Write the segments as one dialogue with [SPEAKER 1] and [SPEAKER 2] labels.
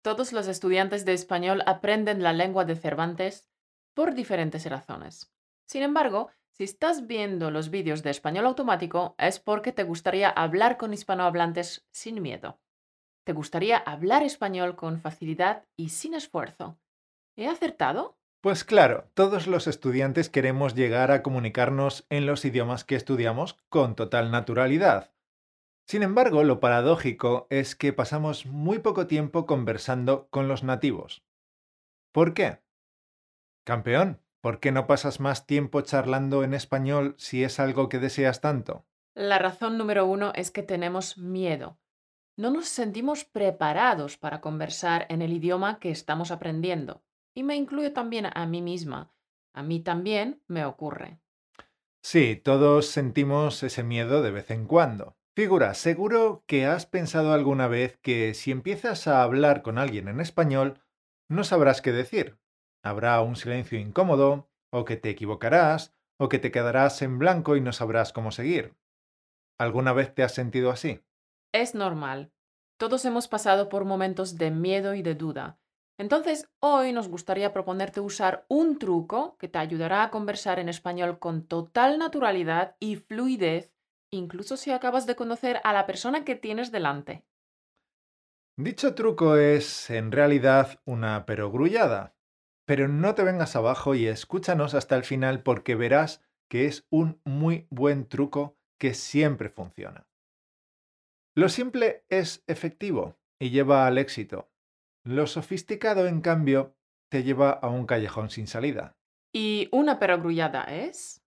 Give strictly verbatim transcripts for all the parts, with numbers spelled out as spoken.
[SPEAKER 1] Todos los estudiantes de español aprenden la lengua de Cervantes por diferentes razones. Sin embargo, si estás viendo los vídeos de español automático es porque te gustaría hablar con hispanohablantes sin miedo. Te gustaría hablar español con facilidad y sin esfuerzo. ¿He acertado?
[SPEAKER 2] Pues claro, todos los estudiantes queremos llegar a comunicarnos en los idiomas que estudiamos con total naturalidad. Sin embargo, lo paradójico es que pasamos muy poco tiempo conversando con los nativos. ¿Por qué? Campeón, ¿por qué no pasas más tiempo charlando en español si es algo que deseas tanto?
[SPEAKER 1] La razón número uno es que tenemos miedo. No nos sentimos preparados para conversar en el idioma que estamos aprendiendo. Y me incluyo también a mí misma. A mí también me ocurre.
[SPEAKER 2] Sí, todos sentimos ese miedo de vez en cuando. Figura, seguro que has pensado alguna vez que si empiezas a hablar con alguien en español, no sabrás qué decir. Habrá un silencio incómodo, o que te equivocarás, o que te quedarás en blanco y no sabrás cómo seguir. ¿Alguna vez te has sentido así?
[SPEAKER 1] Es normal. Todos hemos pasado por momentos de miedo y de duda. Entonces, hoy nos gustaría proponerte usar un truco que te ayudará a conversar en español con total naturalidad y fluidez, incluso si acabas de conocer a la persona que tienes delante.
[SPEAKER 2] Dicho truco es, en realidad, una perogrullada. Pero no te vengas abajo y escúchanos hasta el final porque verás que es un muy buen truco que siempre funciona. Lo simple es efectivo y lleva al éxito. Lo sofisticado, en cambio, te lleva a un callejón sin salida.
[SPEAKER 1] Y una perogrullada es...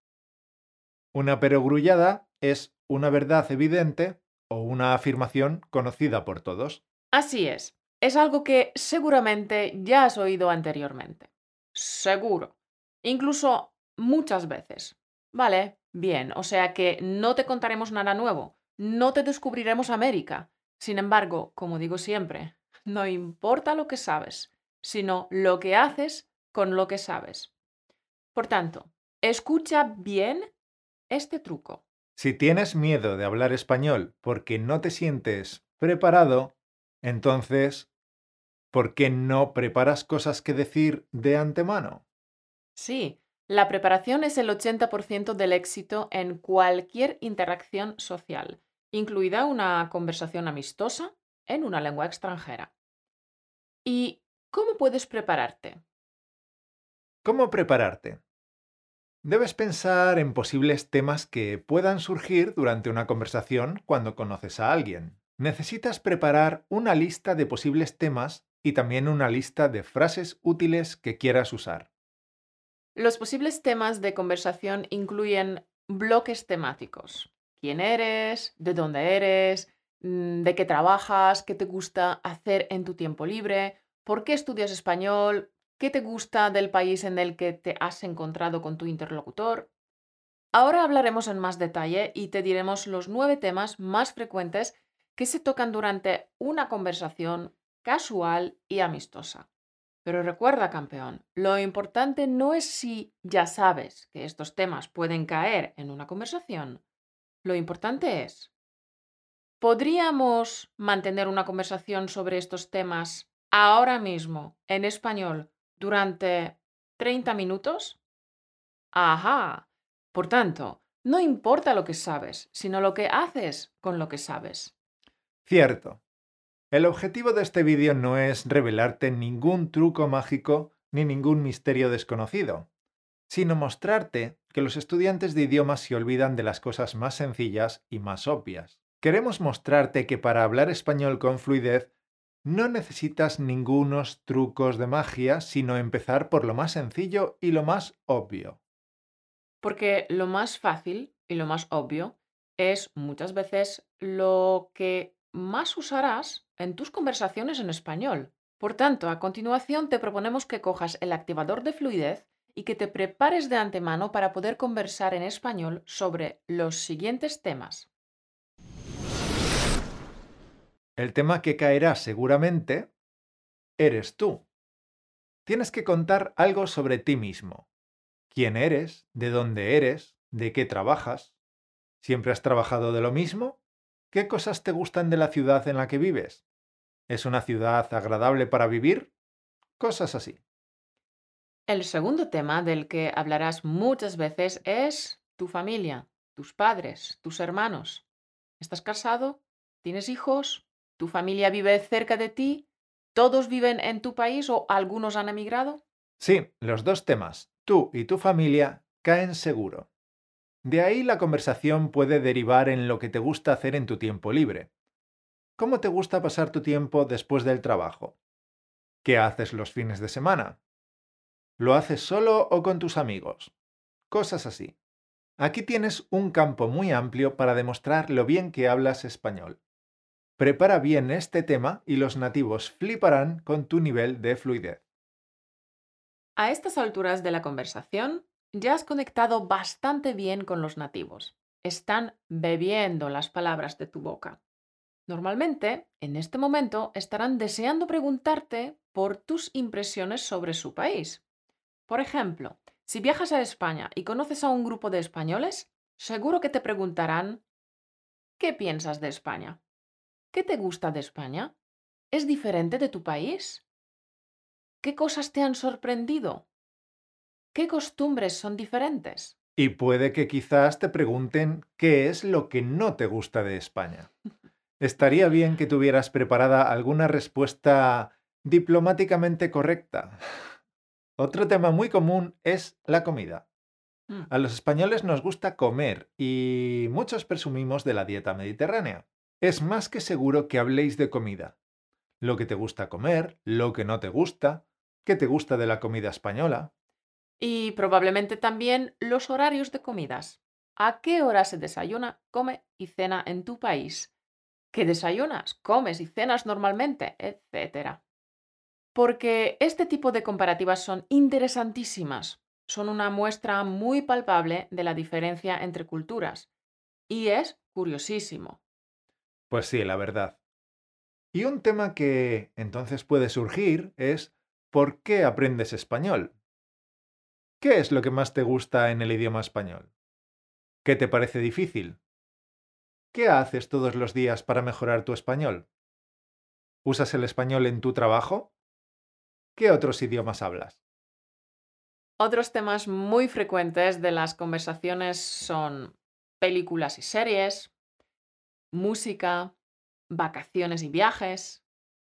[SPEAKER 2] Una perogrullada es una verdad evidente o una afirmación conocida por todos.
[SPEAKER 1] Así es. Es algo que seguramente ya has oído anteriormente. Seguro. Incluso muchas veces. Vale, bien. O sea que no te contaremos nada nuevo. No te descubriremos América. Sin embargo, como digo siempre, no importa lo que sabes, sino lo que haces con lo que sabes. Por tanto, escucha bien este truco.
[SPEAKER 2] Si tienes miedo de hablar español porque no te sientes preparado, entonces, ¿por qué no preparas cosas que decir de antemano?
[SPEAKER 1] Sí, la preparación es el ochenta por ciento del éxito en cualquier interacción social, incluida una conversación amistosa en una lengua extranjera. ¿Y cómo puedes prepararte?
[SPEAKER 2] ¿Cómo prepararte? Debes pensar en posibles temas que puedan surgir durante una conversación cuando conoces a alguien. Necesitas preparar una lista de posibles temas y también una lista de frases útiles que quieras usar.
[SPEAKER 1] Los posibles temas de conversación incluyen bloques temáticos. ¿Quién eres? ¿De dónde eres? mm, ¿De qué trabajas? ¿Qué te gusta hacer en tu tiempo libre? ¿Por qué estudias español? ¿Qué te gusta del país en el que te has encontrado con tu interlocutor? Ahora hablaremos en más detalle y te diremos los nueve temas más frecuentes que se tocan durante una conversación casual y amistosa. Pero recuerda, campeón, lo importante no es si ya sabes que estos temas pueden caer en una conversación. Lo importante es, ¿podríamos mantener una conversación sobre estos temas ahora mismo en español durante treinta minutos? Ajá. Por tanto, no importa lo que sabes, sino lo que haces con lo que sabes.
[SPEAKER 2] Cierto. El objetivo de este vídeo no es revelarte ningún truco mágico ni ningún misterio desconocido, sino mostrarte que los estudiantes de idiomas se olvidan de las cosas más sencillas y más obvias. Queremos mostrarte que para hablar español con fluidez no necesitas ningunos trucos de magia, sino empezar por lo más sencillo y lo más obvio.
[SPEAKER 1] Porque lo más fácil y lo más obvio es muchas veces lo que más usarás en tus conversaciones en español. Por tanto, a continuación te proponemos que cojas el activador de fluidez y que te prepares de antemano para poder conversar en español sobre los siguientes temas.
[SPEAKER 2] El tema que caerá seguramente eres tú. Tienes que contar algo sobre ti mismo. ¿Quién eres? ¿De dónde eres? ¿De qué trabajas? ¿Siempre has trabajado de lo mismo? ¿Qué cosas te gustan de la ciudad en la que vives? ¿Es una ciudad agradable para vivir? Cosas así.
[SPEAKER 1] El segundo tema del que hablarás muchas veces es tu familia, tus padres, tus hermanos. ¿Estás casado? ¿Tienes hijos? ¿Tu familia vive cerca de ti? ¿Todos viven en tu país o algunos han emigrado?
[SPEAKER 2] Sí, los dos temas, tú y tu familia, caen seguro. De ahí la conversación puede derivar en lo que te gusta hacer en tu tiempo libre. ¿Cómo te gusta pasar tu tiempo después del trabajo? ¿Qué haces los fines de semana? ¿Lo haces solo o con tus amigos? Cosas así. Aquí tienes un campo muy amplio para demostrar lo bien que hablas español. Prepara bien este tema y los nativos fliparán con tu nivel de fluidez.
[SPEAKER 1] A estas alturas de la conversación, ya has conectado bastante bien con los nativos. Están bebiendo las palabras de tu boca. Normalmente, en este momento, estarán deseando preguntarte por tus impresiones sobre su país. Por ejemplo, si viajas a España y conoces a un grupo de españoles, seguro que te preguntarán, ¿qué piensas de España? ¿Qué te gusta de España? ¿Es diferente de tu país? ¿Qué cosas te han sorprendido? ¿Qué costumbres son diferentes?
[SPEAKER 2] Y puede que quizás te pregunten qué es lo que no te gusta de España. Estaría bien que tuvieras preparada alguna respuesta diplomáticamente correcta. Otro tema muy común es la comida.
[SPEAKER 1] Mm.
[SPEAKER 2] A los españoles nos gusta comer y muchos presumimos de la dieta mediterránea. Es más que seguro que habléis de comida. Lo que te gusta comer, lo que no te gusta, qué te gusta de la comida española.
[SPEAKER 1] Y probablemente también los horarios de comidas. ¿A qué hora se desayuna, come y cena en tu país? ¿Qué desayunas, comes y cenas normalmente? Etcétera. Porque este tipo de comparativas son interesantísimas. Son una muestra muy palpable de la diferencia entre culturas. Y es curiosísimo.
[SPEAKER 2] Pues sí, la verdad. Y un tema que entonces puede surgir es ¿por qué aprendes español? ¿Qué es lo que más te gusta en el idioma español? ¿Qué te parece difícil? ¿Qué haces todos los días para mejorar tu español? ¿Usas el español en tu trabajo? ¿Qué otros idiomas hablas?
[SPEAKER 1] Otros temas muy frecuentes de las conversaciones son películas y series, música, vacaciones y viajes.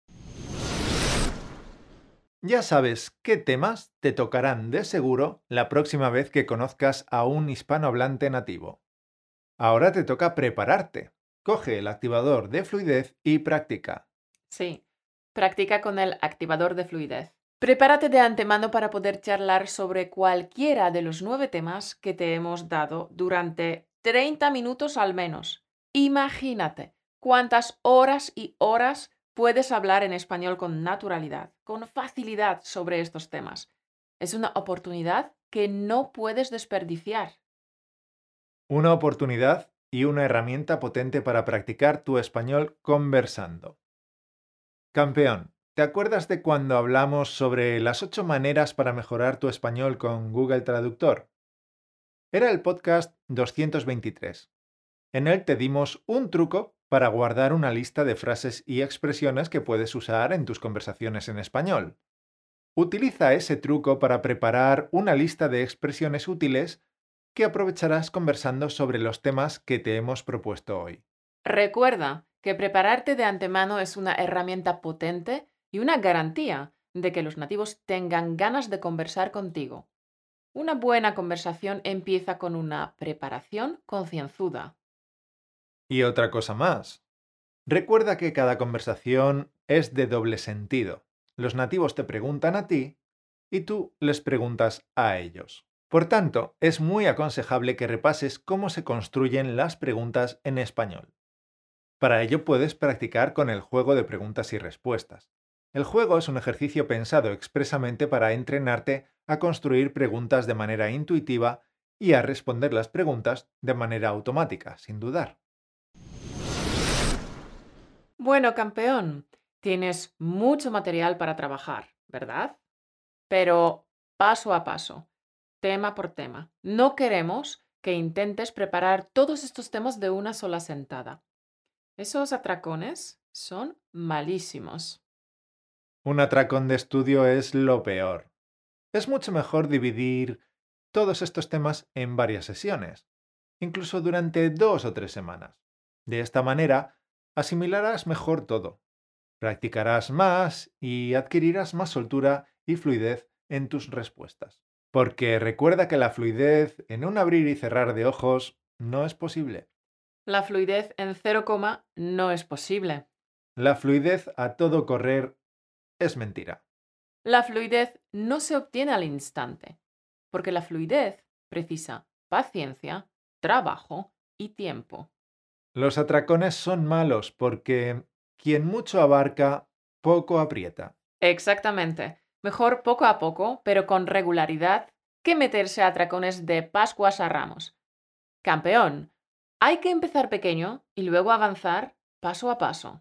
[SPEAKER 2] Ya sabes qué temas te tocarán de seguro la próxima vez que conozcas a un hispanohablante nativo. Ahora te toca prepararte. Coge el activador de fluidez y practica.
[SPEAKER 1] Sí, practica con el activador de fluidez. Prepárate de antemano para poder charlar sobre cualquiera de los nueve temas que te hemos dado durante treinta minutos al menos. Imagínate cuántas horas y horas puedes hablar en español con naturalidad, con facilidad sobre estos temas. Es una oportunidad que no puedes desperdiciar.
[SPEAKER 2] Una oportunidad y una herramienta potente para practicar tu español conversando. Campeón, ¿te acuerdas de cuando hablamos sobre las ocho maneras para mejorar tu español con Google Traductor? Era el podcast doscientos veintitrés. En él te dimos un truco para guardar una lista de frases y expresiones que puedes usar en tus conversaciones en español. Utiliza ese truco para preparar una lista de expresiones útiles que aprovecharás conversando sobre los temas que te hemos propuesto hoy.
[SPEAKER 1] Recuerda que prepararte de antemano es una herramienta potente y una garantía de que los nativos tengan ganas de conversar contigo. Una buena conversación empieza con una preparación concienzuda.
[SPEAKER 2] Y otra cosa más. Recuerda que cada conversación es de doble sentido. Los nativos te preguntan a ti y tú les preguntas a ellos. Por tanto, es muy aconsejable que repases cómo se construyen las preguntas en español. Para ello puedes practicar con el juego de preguntas y respuestas. El juego es un ejercicio pensado expresamente para entrenarte a construir preguntas de manera intuitiva y a responder las preguntas de manera automática, sin dudar.
[SPEAKER 1] Bueno, campeón, tienes mucho material para trabajar, ¿verdad? Pero paso a paso, tema por tema. No queremos que intentes preparar todos estos temas de una sola sentada. Esos atracones Son malísimos.
[SPEAKER 2] Un atracón de estudio es lo peor. Es mucho mejor dividir todos estos temas en varias sesiones, incluso durante dos o tres semanas. De esta manera, asimilarás mejor todo, practicarás más y adquirirás más soltura y fluidez en tus respuestas. Porque recuerda que la fluidez en un abrir y cerrar de ojos no es posible.
[SPEAKER 1] La fluidez en cero coma no es posible.
[SPEAKER 2] La fluidez a todo correr es mentira.
[SPEAKER 1] La fluidez no se obtiene al instante, porque la fluidez precisa paciencia, trabajo y tiempo.
[SPEAKER 2] Los atracones son malos porque quien mucho abarca, poco aprieta.
[SPEAKER 1] Exactamente. Mejor poco a poco, pero con regularidad, que meterse a atracones de Pascuas a Ramos. Campeón, hay que empezar pequeño y luego avanzar paso a paso.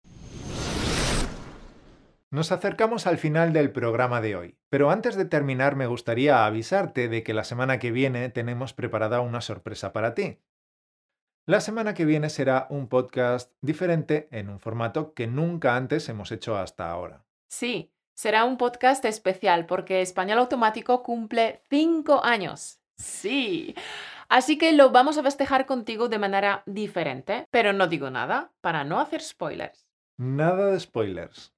[SPEAKER 2] Nos acercamos al final del programa de hoy, pero antes de terminar me gustaría avisarte de que la semana que viene tenemos preparada una sorpresa para ti. La semana que viene será un podcast diferente en un formato que nunca antes hemos hecho hasta ahora.
[SPEAKER 1] Sí, será un podcast especial porque Español Automático cumple cinco años. Sí. Así que lo vamos a festejar contigo de manera diferente, pero no digo nada para no hacer spoilers.
[SPEAKER 2] Nada de spoilers.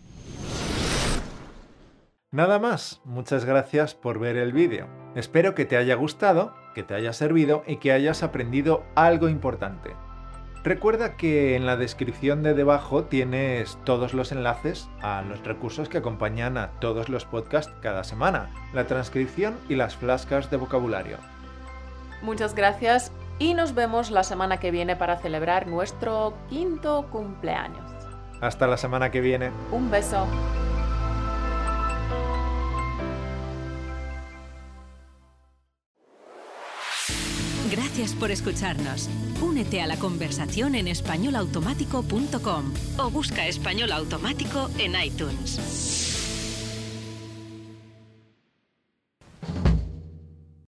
[SPEAKER 2] Nada más, muchas gracias por ver el vídeo. Espero que te haya gustado, que te haya servido y que hayas aprendido algo importante. Recuerda que en la descripción de debajo tienes todos los enlaces a los recursos que acompañan a todos los podcasts cada semana, la transcripción y las flashcards de vocabulario.
[SPEAKER 1] Muchas gracias y nos vemos la semana que viene para celebrar nuestro quinto cumpleaños.
[SPEAKER 2] Hasta la semana que viene.
[SPEAKER 1] Un beso.
[SPEAKER 3] Gracias por escucharnos. Únete a la conversación en español automático punto com o busca Español Automático en iTunes.